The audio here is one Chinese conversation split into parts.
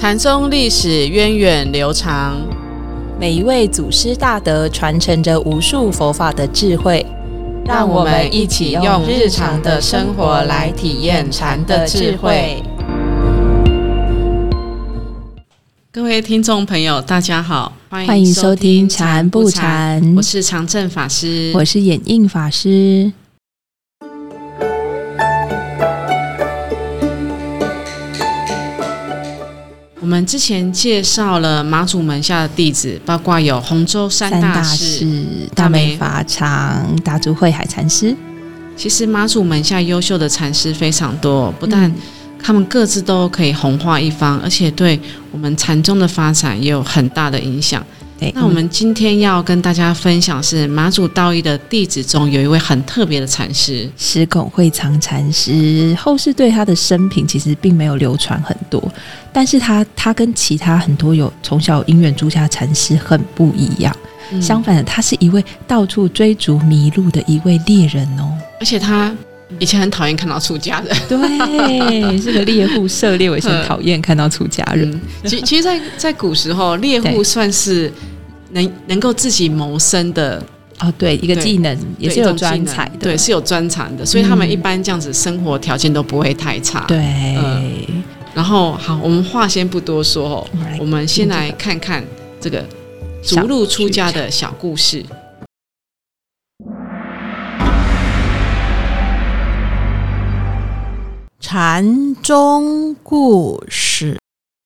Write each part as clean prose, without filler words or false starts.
禅宗历史源远流长， 每一位祖师大德传承着无数佛法的智慧， 让我们一起用日常的生活来体验禅的智慧。各位听众朋友大家好， 欢迎收听禅不禅， 我是常正法师， 我是演映法师。 我们之前介绍了妈祖门下的弟子，包括有洪州三大士、 大美法常、大珠慧海禅师。 其实妈祖门下优秀的禅师非常多，不但他们各自都可以弘化一方，而且对我们禅宗的发展也有很大的影响。那我们今天要跟大家分享是妈祖道一的弟子中有一位很特别的禅师， 石拱会藏禅师。后世对他的生平其实并没有流传很多，但是他跟其他很多有从小因缘出家禅师很不一样。相反的，他是一位到处追逐迷路的一位猎人哦， 而且他以前很讨厌看到出家人， 对，是个猎户，涉猎为很讨厌看到出家人。 其实在古时候，猎户算是能够自己谋生的对，一个技能，也是有专才的， 对，是有专长的，所以他们一般这样子生活条件都不会太差。 对， 然后好，我们话先不多说我们先来看看这个逐鹿出家的小故事。 禅宗故事。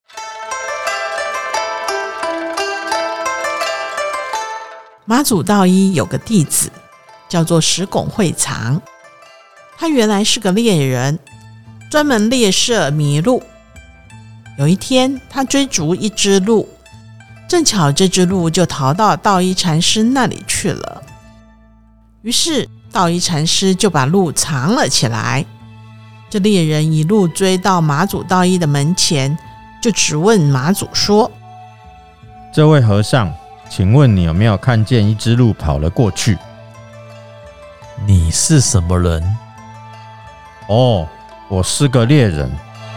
妈祖道一有个弟子叫做石拱会藏，他原来是个猎人，专门猎射麋鹿。有一天他追逐一只鹿，正巧这只鹿就逃到道一禅师那里去了，于是道一禅师就把鹿藏了起来。这猎人一路追到妈祖道一的门前，就质问妈祖说： 这位和尚，请问你有没有看见一只鹿跑了过去？ 你是什么人？ 哦，我是个猎人。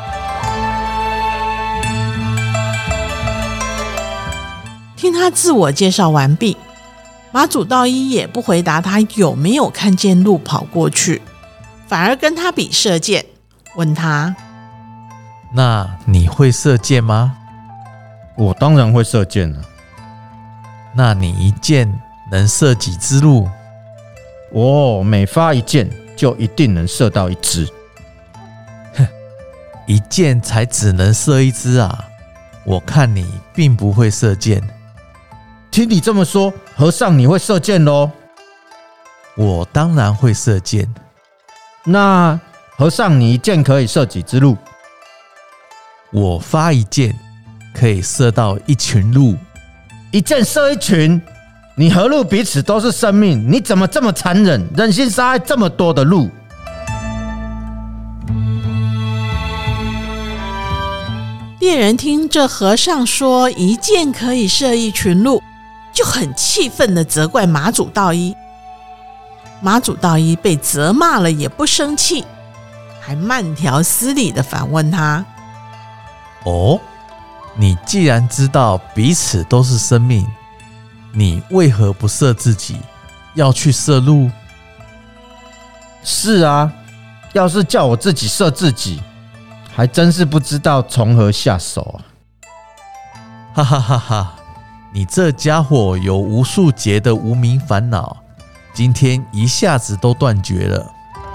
听他自我介绍完毕，妈祖道一也不回答他有没有看见鹿跑过去，反而跟他比射箭，问他： 那你会射箭吗？ 我当然会射箭了。 那你一箭能射几只鹿？ 我每发一箭就一定能射到一只。 一箭才只能射一只啊！我看你并不会射箭。 听你这么说，和尚你会射箭咯？ 我当然会射箭。 那和尚你一箭可以射几只鹿？ 我发一箭可以射到一群鹿。 一箭射一群，你和鹿彼此都是生命，你怎么这么残忍，忍心杀害这么多的鹿？ 猎人听这和尚说一箭可以射一群鹿，就很气愤地责怪妈祖道一。妈祖道一被责骂了也不生气，还慢条斯理地反问他： 哦，你既然知道彼此都是生命，你为何不射自己，要去射鹿？ 是啊，要是叫我自己射自己，还真是不知道从何下手啊！ 哈哈哈哈！你这家伙有无数劫的无明烦恼，今天一下子都断绝了。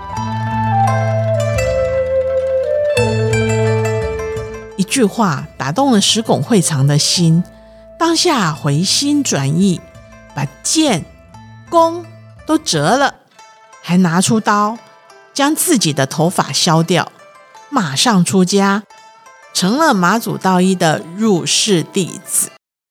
一句话打动了石拱会藏的心，当下回心转意，把剑、弓都折了，还拿出刀将自己的头发削掉，马上出家，成了妈祖道一的入室弟子。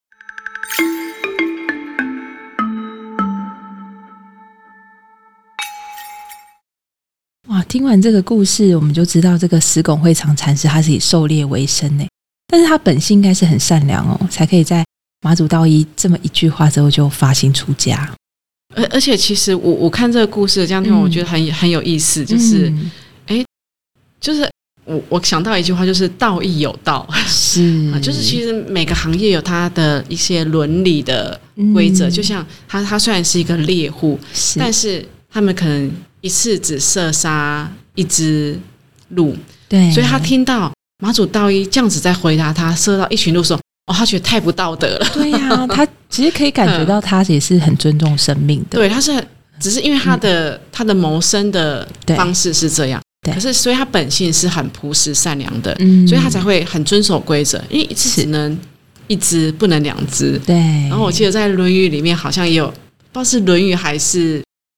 哇，听完这个故事，我们就知道这个石拱会藏禅师他是以狩猎为生呢，但是他本性应该是很善良哦，才可以在妈祖道一这么一句话之后就发心出家。 而且其实我看这个故事这样听，我觉得很有意思，就是就是我想到一句话，就是道义有道， 是就是其实每个行业有它的一些伦理的规则，就像他虽然是一个猎户，但是他们可能一次只射杀一只鹿， 对， 所以他听到马祖道一这样子在回答他射到一群鹿的时候，他觉得太不道德了。 对呀，他其实可以感觉到他也是很尊重生命的。 对，他是只是因为他的谋生的方式是这样，可是所以他本性是很朴实善良的，所以他才会很遵守规则，因为一次只能一只，不能两只。 对。 然后我记得在《论语》里面好像也有，不知道是《论语》还是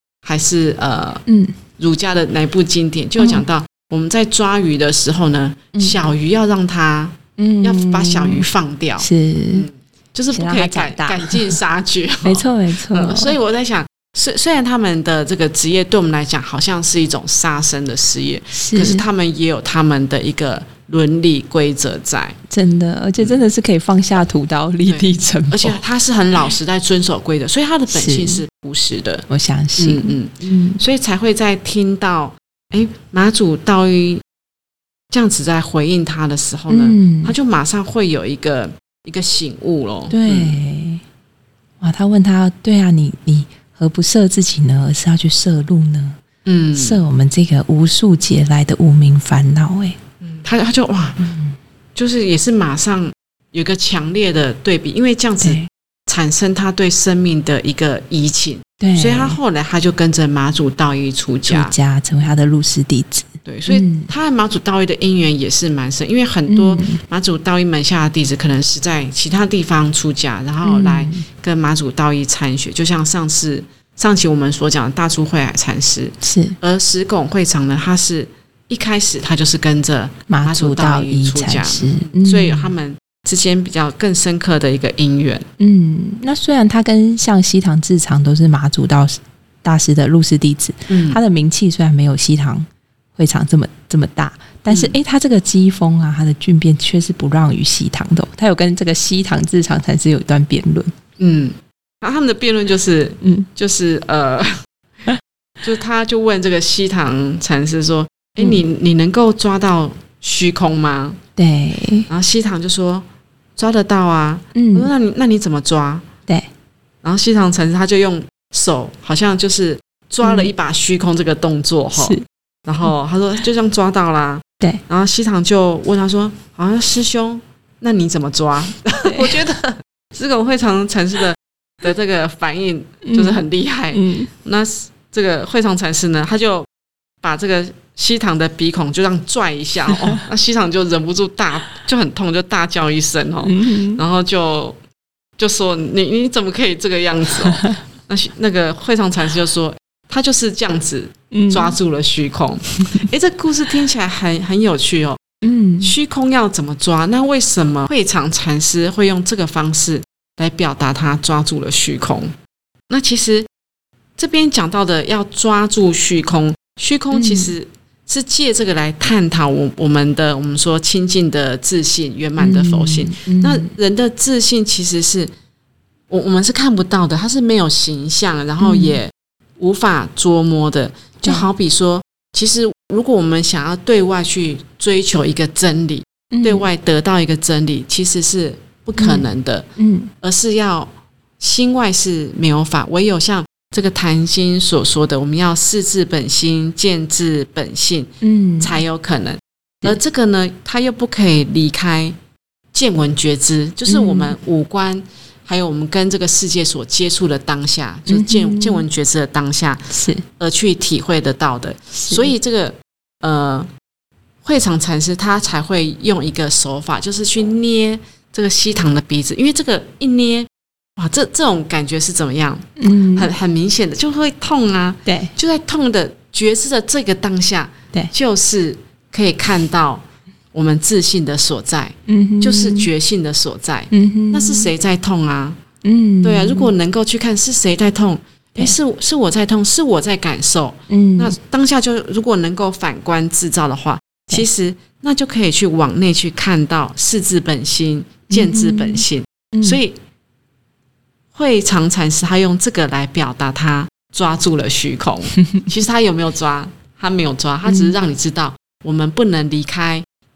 儒家的哪部经典，就有讲到我们在抓鱼的时候呢，小鱼要让它要把小鱼放掉， 是就是不可以赶尽杀绝。 没错没错。 所以我在想，虽然他们的这个职业对我们来讲好像是一种杀生的事业，可是他们也有他们的一个伦理规则在， 真的，而且真的是可以放下屠刀立地成佛， 而且他是很老实在遵守规则，所以他的本性是朴实的， 我相信， 所以才会在听到马祖道一这样子在回应他的时候呢，他就马上会有一个醒悟咯。 对，哇，他问他，对啊，你何不射自己呢，而是要去射鹿呢？射我们这个无数劫来的无名烦恼。 他就哇，就是也是马上有一个强烈的对比，因为这样子产生他对生命的一个移情，对，所以他后来他就跟着马祖道一出家成为他的入室弟子。 对，所以他和马祖道一的因缘也是蛮深，因为很多马祖道一门下的弟子可能是在其他地方出家，然后来跟马祖道一参学，就像上期我们所讲的大珠慧海禅师，是，而石拱会长呢，他是一开始他就是跟着马祖道一出家，所以他们之间比较更深刻的一个因缘。 那虽然他跟像西堂智常都是马祖道大师的入室弟子，他的名气虽然没有西堂会长这么大，但是他这个机锋啊，他的俊辩却是不让于西堂的。他有跟这个西堂智常禅师有一段辩论。 然后他们的辩论就是就是他就问这个西堂禅师说，你能够抓到虚空吗？ 对。 然后西堂就说抓得到啊。我说那你怎么抓？ 对。 然后西堂禅师他就用手好像就是抓了一把虚空这个动作哈。然后他说就这样抓到啦。 对。 然后西堂就问他说，好像师兄，那你怎么抓？我觉得石拱会长禅师的这个反应就是很厉害。那这个会长禅师呢，他就把这个西堂的鼻孔就这样拽一下，那西堂就忍不住就很痛，就大叫一声然后就说你怎么可以这个样子那个会长禅师就说他就是这样子抓住了虚空。这故事听起来很有趣哦。虚空要怎么抓？那为什么会长禅师会用这个方式来表达他抓住了虚空？那其实这边讲到的要抓住虚空，虚空其实是借这个来探讨我们说清净的自信、圆满的佛性。那人的自信其实是我们是看不到的，它是没有形象，然后也无法捉摸的。就好比说，其实如果我们想要对外去追求一个真理，对外得到一个真理，其实是不可能的。而是要心外是没有法，唯有像这个坛经所说的，我们要视自本心，见自本性，才有可能。而这个呢，它又不可以离开见闻觉知，就是我们五官还有我们跟这个世界所接触的当下，就是见闻觉知的当下，是而去体会得到的。所以这个会长禅师他才会用一个手法，就是去捏这个西堂的鼻子，因为这个一捏，哇，这种感觉是怎么样？很明显的就会痛啊。对，就在痛的觉知的这个当下，对，就是可以看到我们自信的所在，就是觉性的所在。那是谁在痛啊？对啊，如果能够去看是谁在痛，是我在痛，是我在感受。那当下就如果能够反观自照的话，其实那就可以去往内去看到视自本心，见自本性。所以会长禅师他用这个来表达他抓住了虚空。其实他有没有抓？他没有抓，他只是让你知道我们不能离开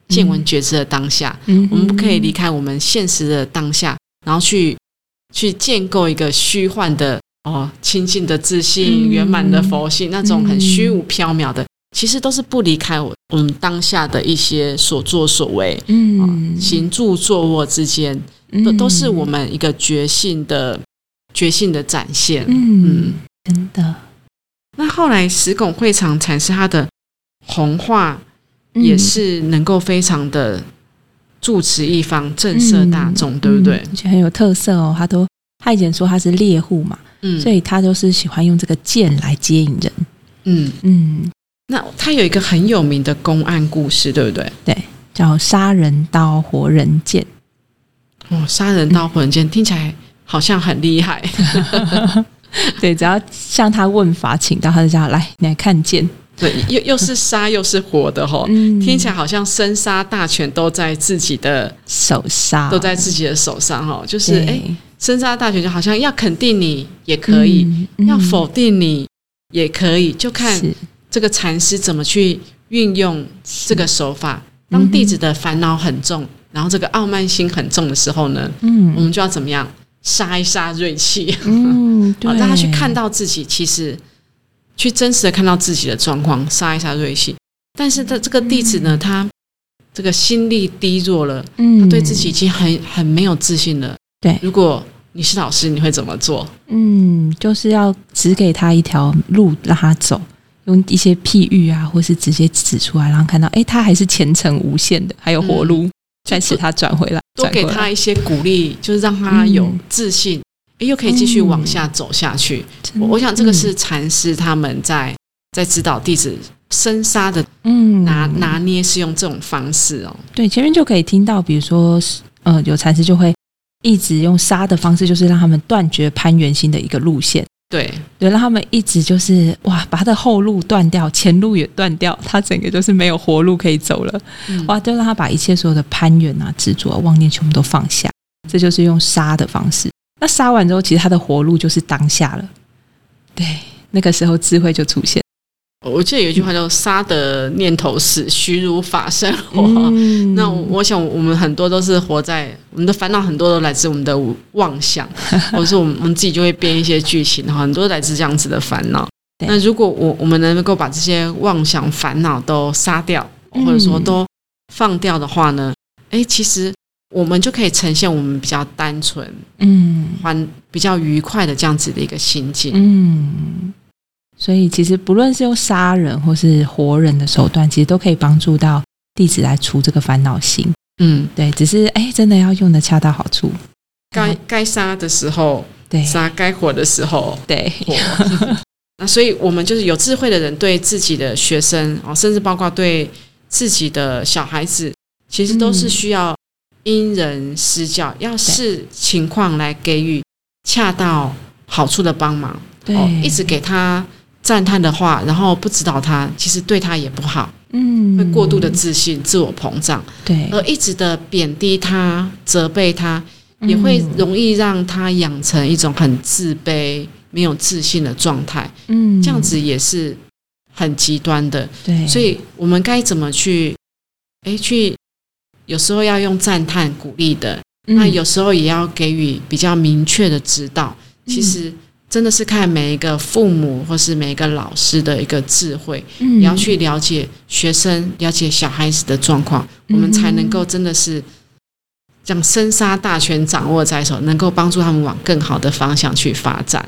见闻觉知的当下，我们不可以离开我们现实的当下，然后去建构一个虚幻的清净的自信、圆满的佛性，那种很虚无缥缈的，其实都是不离开我们当下的一些所作所为，行住坐卧之间，都是我们一个觉性的展现。 真的。 那后来石拱会常禅师他的弘化也是能够非常的住持一方，震慑大众，对不对？ 而且很有特色哦。他以前说他是猎户嘛，所以他都是喜欢用这个剑来接引人。 那他有一个很有名的公案故事，对不对？ 对，叫杀人刀活人剑。 杀人刀活人剑听起来好像很厉害。 对，只要向他问法，请到他就叫来，你来看剑。 对，又是杀又是活的听起来好像生杀大权都在自己的手上， 就是生杀大权就好像要肯定你也可以，要否定你也可以，就看这个禅师怎么去运用这个手法。当弟子的烦恼很重，然后这个傲慢心很重的时候呢，我们就要怎么样杀一杀锐气，让他去看到自己，其实去真实的看到自己的状况，杀一杀锐气。但是这个弟子呢，他这个心力低弱了，他对自己已经很没有自信了。对，如果你是老师，你会怎么做？ 就是要指给他一条路让他走，用一些譬喻啊，或是直接指出来，让他看到，他还是前程无限的，还有活路，再使他转回来， 多给他一些鼓励，就是让他有自信，又可以继续往下走下去。我想这个是禅师他们在指导弟子生杀的拿捏，是用这种方式对，前面就可以听到，比如说有禅师就会一直用杀的方式，就是让他们断绝攀缘心的一个路线。对，让他们一直就是把他的后路断掉，前路也断掉，他整个就是没有活路可以走了。就让他把一切所有的攀缘啊、执着、妄念全部都放下，这就是用杀的方式。那杀完之后，其实他的活路就是当下了。对，那个时候智慧就出现。 我记得有一句话叫杀的念头死，虚如法生活。那我想我们很多都是活在我们的烦恼，很多都来自我们的妄想，或者是我们自己就会编一些剧情，很多来自这样子的烦恼。那如果我们能够把这些妄想烦恼都杀掉，或者说都放掉的话呢，其实我们就可以呈现我们比较单纯比较愉快的这样子的一个心境。 所以其实不论是用杀人或是活人的手段，其实都可以帮助到弟子来除这个烦恼心。对，只是真的要用的恰到好处， 该杀的时候对杀，该活的时候对活。那所以我们就是有智慧的人，对自己的学生甚至包括对自己的小孩子，其实都是需要因人施教，要视情况来给予恰到好处的帮忙。一直给他赞叹的话，然后不指导他，其实对他也不好。会过度的自信、自我膨胀。对，而一直的贬低他、责备他，也会容易让他养成一种很自卑、没有自信的状态。这样子也是很极端的。对，所以我们该怎么去有时候要用赞叹鼓励的，那有时候也要给予比较明确的指导。其实真的是看每一个父母或是每一个老师的一个智慧，也要去了解学生、了解小孩子的状况，我们才能够真的是将生杀大权掌握在手，能够帮助他们往更好的方向去发展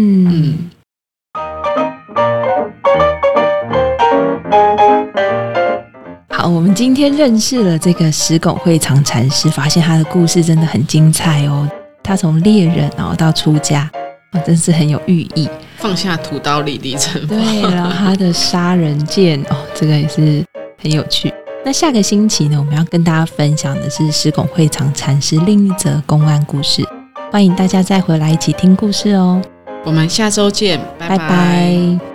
好，我们今天认识了这个石拱会常禅师，发现他的故事真的很精彩哦。他从猎人到出家，真是很有寓意， 放下屠刀立地成佛。 对，然后他的杀人剑这个也是很有趣。那下个星期呢，我们要跟大家分享的是石拱会常禅师另一则公案故事，欢迎大家再回来一起听故事哦。 我们下周见，拜拜。 拜拜。